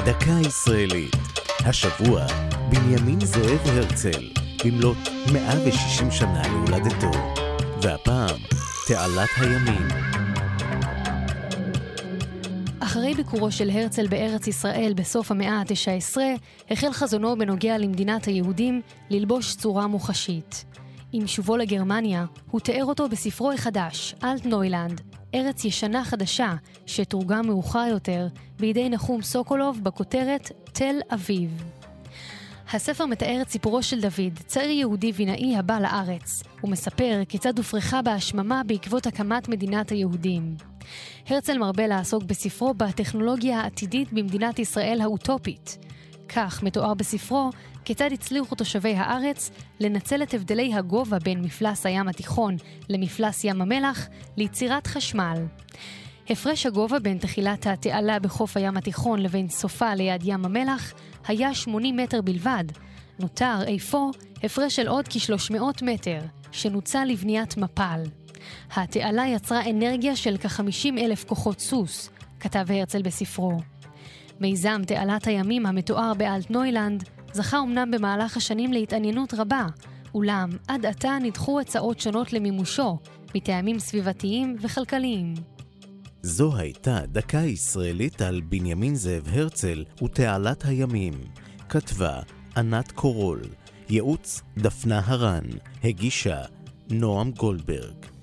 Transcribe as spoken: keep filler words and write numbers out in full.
דקה ישראלית. השבוע בנימין זאב הרצל במלאת מאה ושישים שנה להולדתו, והפעם תעלת הימים. אחרי ביקורו של הרצל בארץ ישראל בסוף המאה ה-תשע עשרה, החל חזונו בנוגע למדינת היהודים ללבוש צורה מוחשית. עם שובו לגרמניה, הוא תיאר אותו בספרו החדש, אלט נוילנד, ארץ ישנה חדשה, שתורגם מאוחר יותר בידי נחום סוקולוב בכותרת תל אביב. הספר מתאר את סיפורו של דוד, צעיר יהודי וינאי הבא לארץ. הוא מספר כיצד הופרחה בהשממה בעקבות הקמת מדינת היהודים. הרצל מרבה לעסוק בספרו בטכנולוגיה העתידית במדינת ישראל האוטופית. כך מתואר בספרו כיצד הצליחו תושבי הארץ לנצל את הבדלי הגובה בין מפלס הים התיכון למפלס ים המלח ליצירת חשמל. הפרש הגובה בין תחילת התעלה בחוף הים התיכון לבין סופה ליד ים המלח היה שמונים מטר בלבד. נותר איפה הפרש של עוד כ-שלוש מאות מטר, שנוצל לבניית מפל. התעלה יצרה אנרגיה של כ-חמישים אלף כוחות סוס, כתב הרצל בספרו. מיזם תעלת הימים המתואר באלט נוילנד זכה אמנם במהלך השנים להתעניינות רבה, אולם עד עתה נדחו הצעות שונות למימושו, מטעמים סביבתיים וכלכליים. זו הייתה דקה ישראלית על בנימין זאב הרצל ותעלת הימים. כתבה ענת קורול, ייעוץ דפנה הרן, הגישה נועם גולדברג.